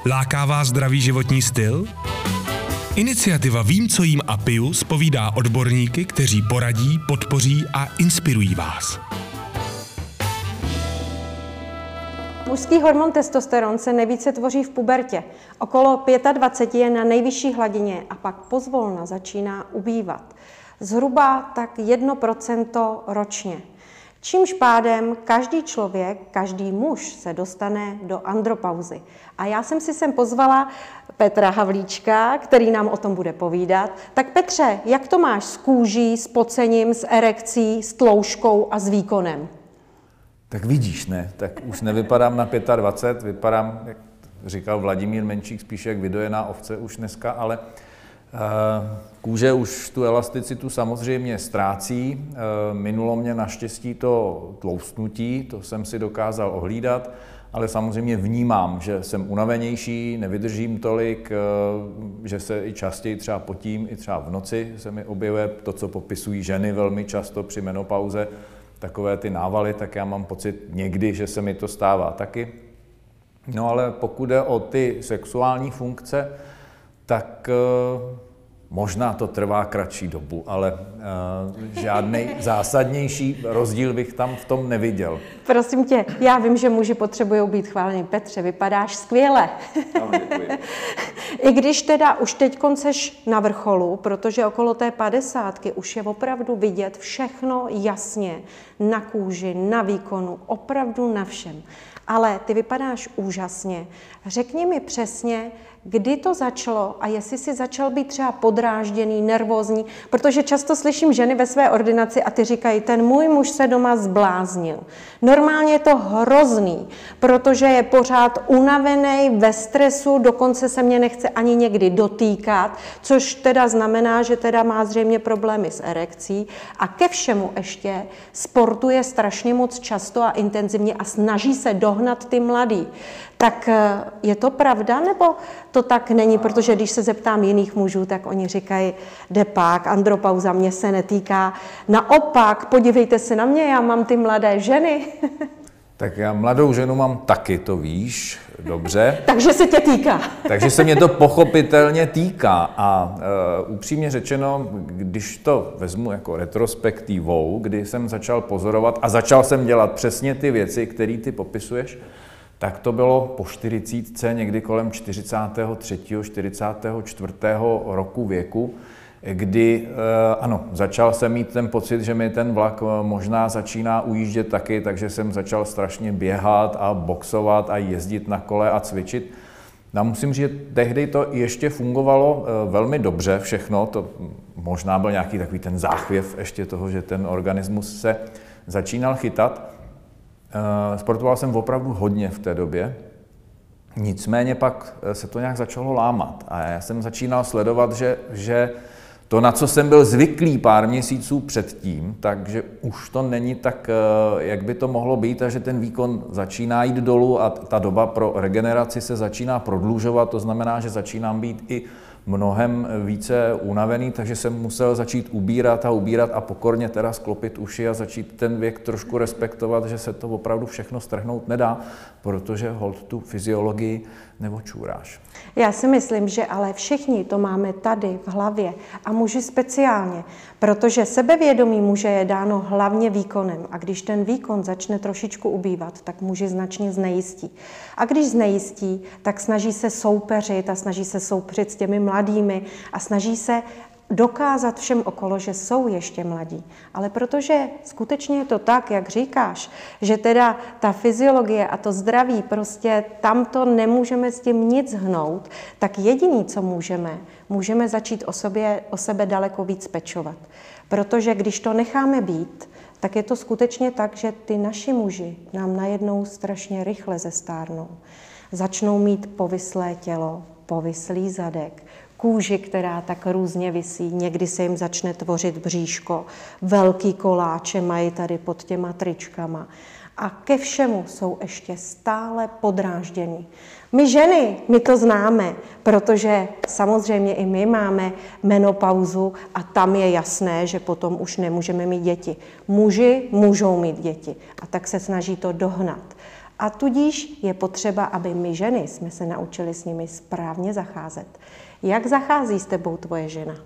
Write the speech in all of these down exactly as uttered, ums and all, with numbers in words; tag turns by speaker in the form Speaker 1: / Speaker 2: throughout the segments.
Speaker 1: Láká vás zdravý životní styl? Iniciativa Vím, co jím a piju zpovídá odborníky, kteří poradí, podpoří a inspirují vás.
Speaker 2: Mužský hormon testosteron se nejvíce tvoří v pubertě. Okolo dvacet pět je na nejvyšší hladině a pak pozvolna začíná ubývat. Zhruba tak jedno procento ročně. Čímž pádem každý člověk, každý muž se dostane do andropauzy. A já jsem si sem pozvala Petra Havlíčka, který nám o tom bude povídat. Tak Petře, jak to máš s kůží, s pocením, s erekcí, s tloušťkou a s výkonem?
Speaker 3: Tak vidíš, ne? Tak už nevypadám na dvacet pět, vypadám, jak říkal Vladimír Menšík, spíše jak vydojená ovce už dneska, ale uh, kůže už tu elasticitu samozřejmě ztrácí. Uh, minulo mě naštěstí to tloustnutí, to jsem si dokázal ohlídat, ale samozřejmě vnímám, že jsem unavenější, nevydržím tolik, uh, že se i častěji třeba potím, i třeba v noci se mi objevuje to, co popisují ženy velmi často při menopauze, takové ty návaly, tak já mám pocit někdy, že se mi to stává taky. No ale pokud jde o ty sexuální funkce, tak uh, možná to trvá kratší dobu, ale uh, žádný zásadnější rozdíl bych tam v tom neviděl.
Speaker 2: Prosím tě, já vím, že muži potřebují být chválení. Petře, vypadáš skvěle.
Speaker 3: No, děkuji.
Speaker 2: I když teda už teď seš na vrcholu, protože okolo té padesátky už je opravdu vidět všechno jasně na kůži, na výkonu, opravdu na všem. Ale ty vypadáš úžasně. Řekni mi přesně, kdy to začalo a jestli jsi začal být třeba podrážděný, nervózní, protože často slyším ženy ve své ordinaci a ty říkají, ten můj muž se doma zbláznil. Normálně je to hrozný, protože je pořád unavený, ve stresu, dokonce se mě nechce ani někdy dotýkat, což teda znamená, že teda má zřejmě problémy s erekcí a ke všemu ještě sportuje strašně moc často a intenzivně a snaží se dohnat ty mladý. Tak je to pravda, nebo to tak není? Protože když se zeptám jiných mužů, tak oni říkají, jde pak, andropauza mě se netýká. Naopak, podívejte se na mě, já mám ty mladé ženy.
Speaker 3: Tak já mladou ženu mám taky, to víš, dobře.
Speaker 2: Takže se tě týká.
Speaker 3: Takže se mě to pochopitelně týká a uh, upřímně řečeno, když to vezmu jako retrospektivou, kdy jsem začal pozorovat a začal jsem dělat přesně ty věci, které ty popisuješ, tak to bylo po čtyřicítce, někdy kolem čtyřicátého třetího, čtyřicátého čtvrtého roku věku, kdy, ano, začal jsem mít ten pocit, že mi ten vlak možná začíná ujíždět taky, takže jsem začal strašně běhat a boxovat a jezdit na kole a cvičit. A musím říct, že tehdy to ještě fungovalo velmi dobře všechno, to možná byl nějaký takový ten záchvěv ještě toho, že ten organismus se začínal chytat. Sportoval jsem opravdu hodně v té době, nicméně pak se to nějak začalo lámat a já jsem začínal sledovat, že, že to, na co jsem byl zvyklý pár měsíců předtím, takže už to není tak, jak by to mohlo být a že ten výkon začíná jít dolů a ta doba pro regeneraci se začíná prodlužovat, to znamená, že začínám být i mnohem více unavený, takže jsem musel začít ubírat a ubírat a pokorně teda sklopit uši a začít ten věk trošku respektovat, že se to opravdu všechno strhnout nedá, protože holt tu fyziologii neočůráš.
Speaker 2: Já si myslím, že ale všichni to máme tady v hlavě a muži speciálně, protože sebevědomí muže je dáno hlavně výkonem a když ten výkon začne trošičku ubývat, tak muži značně znejistí. A když znejistí, tak snaží se soupeřit a snaží se soupeřit s těmi mladými a snaží se dokázat všem okolo, že jsou ještě mladí. Ale protože skutečně je to tak, jak říkáš, že teda ta fyziologie a to zdraví, prostě tamto nemůžeme s tím nic hnout, tak jediný, co můžeme, můžeme začít o, sobě, o sebe daleko víc pečovat. Protože když to necháme být, tak je to skutečně tak, že ty naši muži nám najednou strašně rychle zestárnou. Začnou mít povislé tělo, povislý zadek, kůži, která tak různě visí, někdy se jim začne tvořit bříško, velký koláče mají tady pod těma tričkama a ke všemu jsou ještě stále podráždění. My ženy, my to známe, protože samozřejmě i my máme menopauzu a tam je jasné, že potom už nemůžeme mít děti. Muži můžou mít děti a tak se snaží to dohnat. A tudíž je potřeba, aby my ženy jsme se naučili s nimi správně zacházet. Jak zachází s tebou tvoje žena?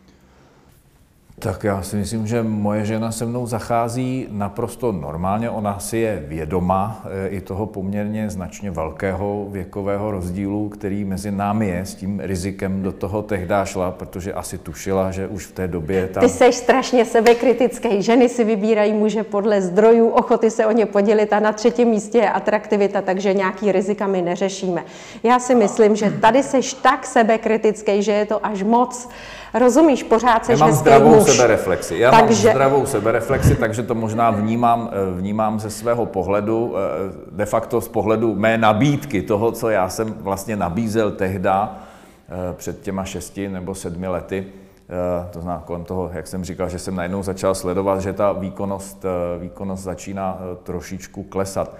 Speaker 3: Tak já si myslím, že moje žena se mnou zachází naprosto normálně. Ona si je vědoma i toho poměrně značně velkého věkového rozdílu, který mezi námi je, s tím rizikem do toho tehdy šla, protože asi tušila, že už v té době tam...
Speaker 2: Ty seš strašně sebekritický. Ženy si vybírají muže podle zdrojů, ochoty se o ně podělit a na třetím místě je atraktivita, takže nějaký rizika my neřešíme. Já si myslím, že tady seš tak sebekritický, že je to až moc. Rozumíš, pořád seš hezký muž.
Speaker 3: Já mám zdravou sebereflexi. Já
Speaker 2: takže...
Speaker 3: mám zdravou sebereflexi, takže to možná vnímám, vnímám ze svého pohledu, de facto z pohledu mé nabídky, toho, co já jsem vlastně nabízel tehda před těma šesti nebo sedmi lety. To znamená kolem toho, jak jsem říkal, že jsem najednou začal sledovat, že ta výkonnost, výkonnost začíná trošičku klesat.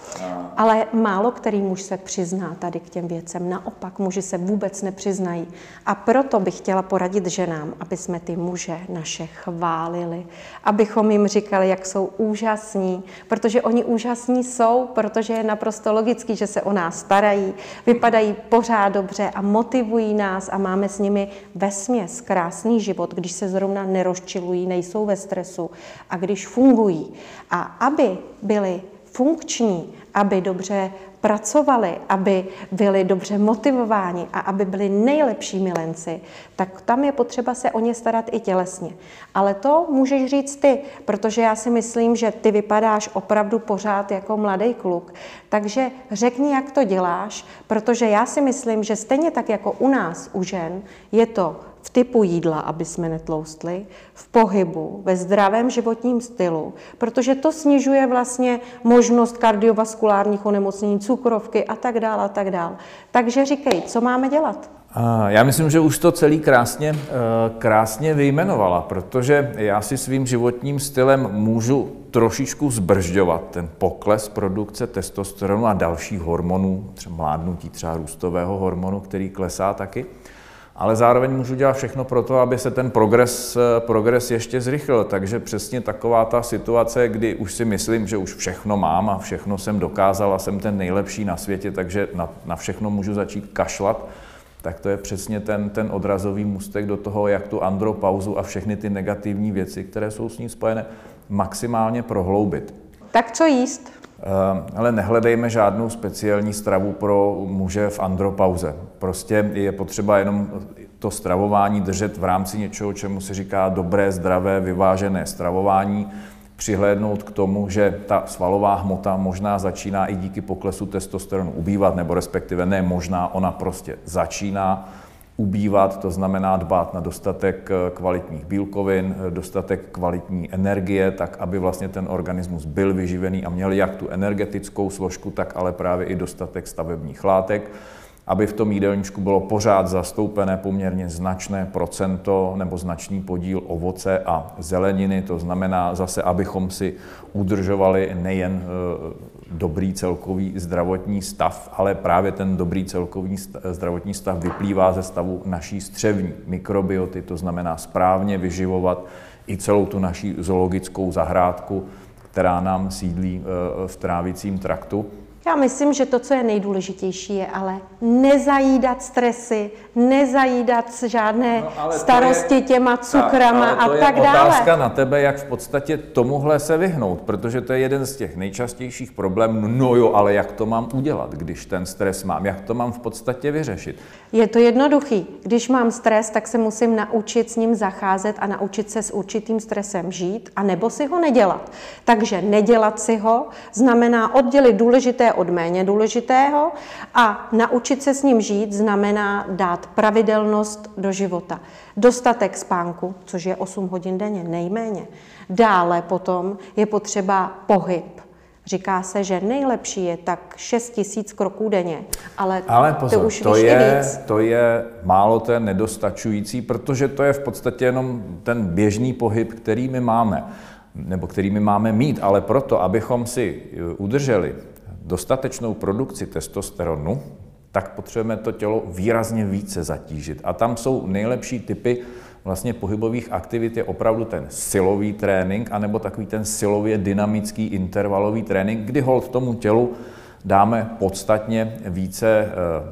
Speaker 2: Ale málo který muž se přizná tady k těm věcem. Naopak, muži se vůbec nepřiznají. A proto bych chtěla poradit ženám, aby jsme ty muže naše chválili. Abychom jim říkali, jak jsou úžasní. Protože oni úžasní jsou, protože je naprosto logický, že se o nás starají, vypadají pořád dobře a motivují nás a máme s nimi vesměs krásný život, když se zrovna nerozčilují, nejsou ve stresu a když fungují. A aby byli funkční, aby dobře pracovali, aby byli dobře motivováni a aby byli nejlepší milenci, tak tam je potřeba se o ně starat i tělesně. Ale to můžeš říct ty, protože já si myslím, že ty vypadáš opravdu pořád jako mladý kluk. Takže řekni, jak to děláš, protože já si myslím, že stejně tak jako u nás, u žen, je to v typu jídla, aby jsme netloustli, v pohybu, ve zdravém životním stylu, protože to snižuje vlastně možnost kardiovaskulárních onemocnění, cukrovky a tak dále a tak dále. Takže říkej, co máme dělat?
Speaker 3: Já myslím, že už to celý krásně, krásně vyjmenovala, protože já si svým životním stylem můžu trošičku zbržďovat ten pokles produkce testosteronu a dalších hormonů, třeba mládnutí, třeba růstového hormonu, který klesá taky. Ale zároveň můžu dělat všechno pro to, aby se ten progres, progres ještě zrychlil. Takže přesně taková ta situace, kdy už si myslím, že už všechno mám a všechno jsem dokázal a jsem ten nejlepší na světě, takže na, na všechno můžu začít kašlat, tak to je přesně ten, ten odrazový můstek do toho, jak tu andropauzu a všechny ty negativní věci, které jsou s ní spojené, maximálně prohloubit.
Speaker 2: Tak co jíst?
Speaker 3: Ale nehledejme žádnou speciální stravu pro muže v andropauze. Prostě je potřeba jenom to stravování držet v rámci něčeho, čemu se říká dobré, zdravé, vyvážené stravování, přihlédnout k tomu, že ta svalová hmota možná začíná i díky poklesu testosteronu ubývat, nebo respektive ne možná, ona prostě začíná ubývat, to znamená dbát na dostatek kvalitních bílkovin, dostatek kvalitní energie, tak aby vlastně ten organismus byl vyživený a měl jak tu energetickou složku, tak ale právě i dostatek stavebních látek, aby v tom jídelníčku bylo pořád zastoupené poměrně značné procento nebo značný podíl ovoce a zeleniny, to znamená zase, abychom si udržovali nejen dobrý celkový zdravotní stav, ale právě ten dobrý celkový zdravotní stav vyplývá ze stavu naší střevní mikrobioty, to znamená správně vyživovat i celou tu naší zoologickou zahrádku, která nám sídlí v trávicím traktu.
Speaker 2: Já myslím, že to, co je nejdůležitější, je ale nezajídat stresy, nezajídat žádné no, starosti je, těma cukrama tak, a tak dále.
Speaker 3: To je otázka na tebe, jak v podstatě tomuhle se vyhnout, protože to je jeden z těch nejčastějších problémů. No jo, ale jak to mám udělat, když ten stres mám? Jak to mám v podstatě vyřešit?
Speaker 2: Je to jednoduchý. Když mám stres, tak se musím naučit s ním zacházet a naučit se s určitým stresem žít, anebo si ho nedělat. Takže nedělat si ho znamená oddělit důležité od méně důležitého a naučit se s ním žít znamená dát pravidelnost do života. Dostatek spánku, což je osm hodin denně, nejméně. Dále potom je potřeba pohyb. Říká se, že nejlepší je tak šest tisíc kroků denně, ale,
Speaker 3: ale pozor,
Speaker 2: to už
Speaker 3: to
Speaker 2: víš
Speaker 3: je,
Speaker 2: i víc.
Speaker 3: To je málo ten nedostačující, protože to je v podstatě jenom ten běžný pohyb, který my máme, nebo který my máme mít, ale proto, abychom si udrželi dostatečnou produkci testosteronu, tak potřebujeme to tělo výrazně více zatížit. A tam jsou nejlepší typy vlastně pohybových aktivit, je opravdu ten silový trénink, anebo takový ten silově dynamický intervalový trénink, kdy holt tomu tělu dáme podstatně více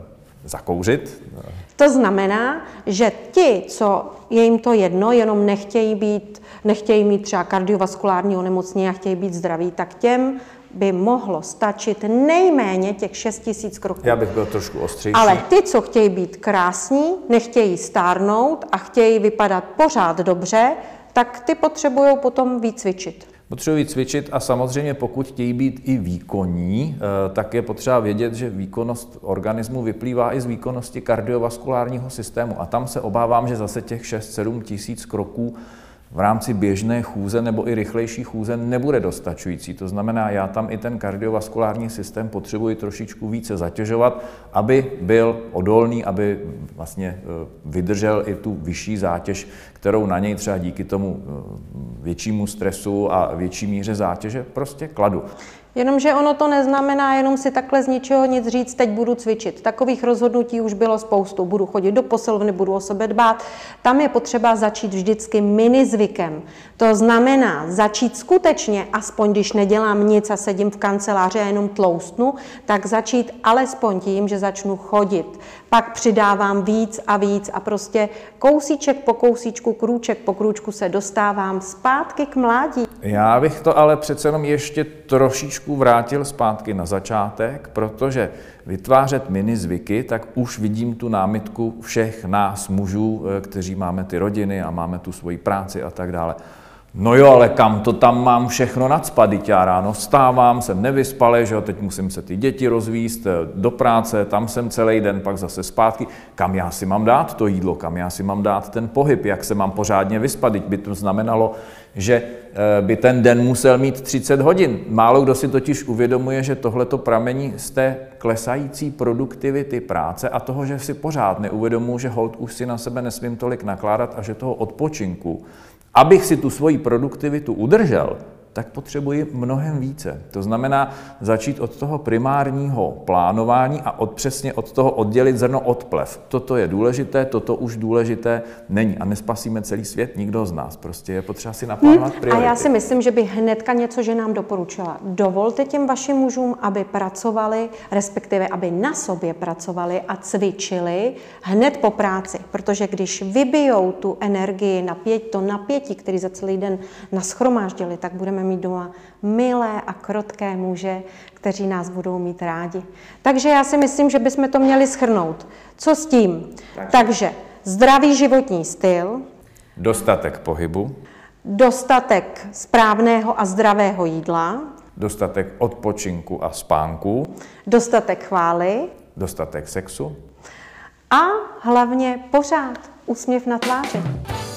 Speaker 3: zakouřit.
Speaker 2: To znamená, že ti, co je jim to jedno, jenom nechtějí být, nechtějí mít třeba kardiovaskulární onemocnění a chtějí být zdraví, tak těm by mohlo stačit nejméně těch šest tisíc kroků.
Speaker 3: Já bych byl trošku ostřejší.
Speaker 2: Ale ty, co chtějí být krásní, nechtějí stárnout a chtějí vypadat pořád dobře, tak ty potřebují potom víc cvičit.
Speaker 3: Potřebují cvičit a samozřejmě pokud chtějí být i výkonní, tak je potřeba vědět, že výkonnost organismu vyplývá i z výkonnosti kardiovaskulárního systému. A tam se obávám, že zase těch šest sedm tisíc kroků v rámci běžné chůze nebo i rychlejší chůze nebude dostačující. To znamená, já tam i ten kardiovaskulární systém potřebuji trošičku více zatěžovat, aby byl odolný, aby vlastně vydržel i tu vyšší zátěž, kterou na něj třeba díky tomu většímu stresu a větší míře zátěže prostě kladu.
Speaker 2: Jenomže ono to neznamená jenom si takhle z ničeho nic říct, teď budu cvičit. Takových rozhodnutí už bylo spoustu. Budu chodit do posilovny, budu o sebe dbát. Tam je potřeba začít vždycky minizvykem. To znamená začít skutečně, aspoň když nedělám nic a sedím v kanceláři a jenom tloustnu, tak začít alespoň tím, že začnu chodit. Pak přidávám víc a víc a prostě kousíček po kousíčku, krůček po krůčku se dostávám zpátky k mládí.
Speaker 3: Já bych to ale přece jenom ještě trošičku vrátil zpátky na začátek, protože vytvářet minizvyky, tak už vidím tu námitku všech nás mužů, kteří máme ty rodiny a máme tu svoji práci a tak dále. No jo, ale kam to tam mám všechno nacpat, teď já ráno vstávám, jsem nevyspalý, že jo, teď musím se ty děti rozvízt do práce, tam jsem celý den, pak zase zpátky. Kam já si mám dát to jídlo, kam já si mám dát ten pohyb, jak se mám pořádně vyspat, teď by to znamenalo, že by ten den musel mít třicet hodin. Málo kdo si totiž uvědomuje, že tohleto pramení z té klesající produktivity práce a toho, že si pořád neuvědomuji, že holt už si na sebe nesmím tolik nakládat a že toho odpočinku, abych si tu svoji produktivitu udržel, tak potřebuji mnohem více. To znamená začít od toho primárního plánování a od, přesně od toho oddělit zrno od plev. Toto je důležité, toto už důležité není. A nespasíme celý svět, nikdo z nás. Prostě je potřeba si naplánovat
Speaker 2: hmm,
Speaker 3: priority.
Speaker 2: A já si myslím, že bych hnedka něco ženám doporučila. Dovolte těm vašim mužům, aby pracovali, respektive aby na sobě pracovali a cvičili hned po práci. Protože když vybijou tu energii, napětí, to napětí, který za celý den nashromáždili, tak budeme mít doma milé a krotké muže, kteří nás budou mít rádi. Takže já si myslím, že bychom to měli shrnout. Co s tím? Tak. Takže zdravý životní styl,
Speaker 3: dostatek pohybu,
Speaker 2: dostatek správného a zdravého jídla,
Speaker 3: dostatek odpočinku a spánku,
Speaker 2: dostatek chvály,
Speaker 3: dostatek sexu
Speaker 2: a hlavně pořád úsměv na tváři.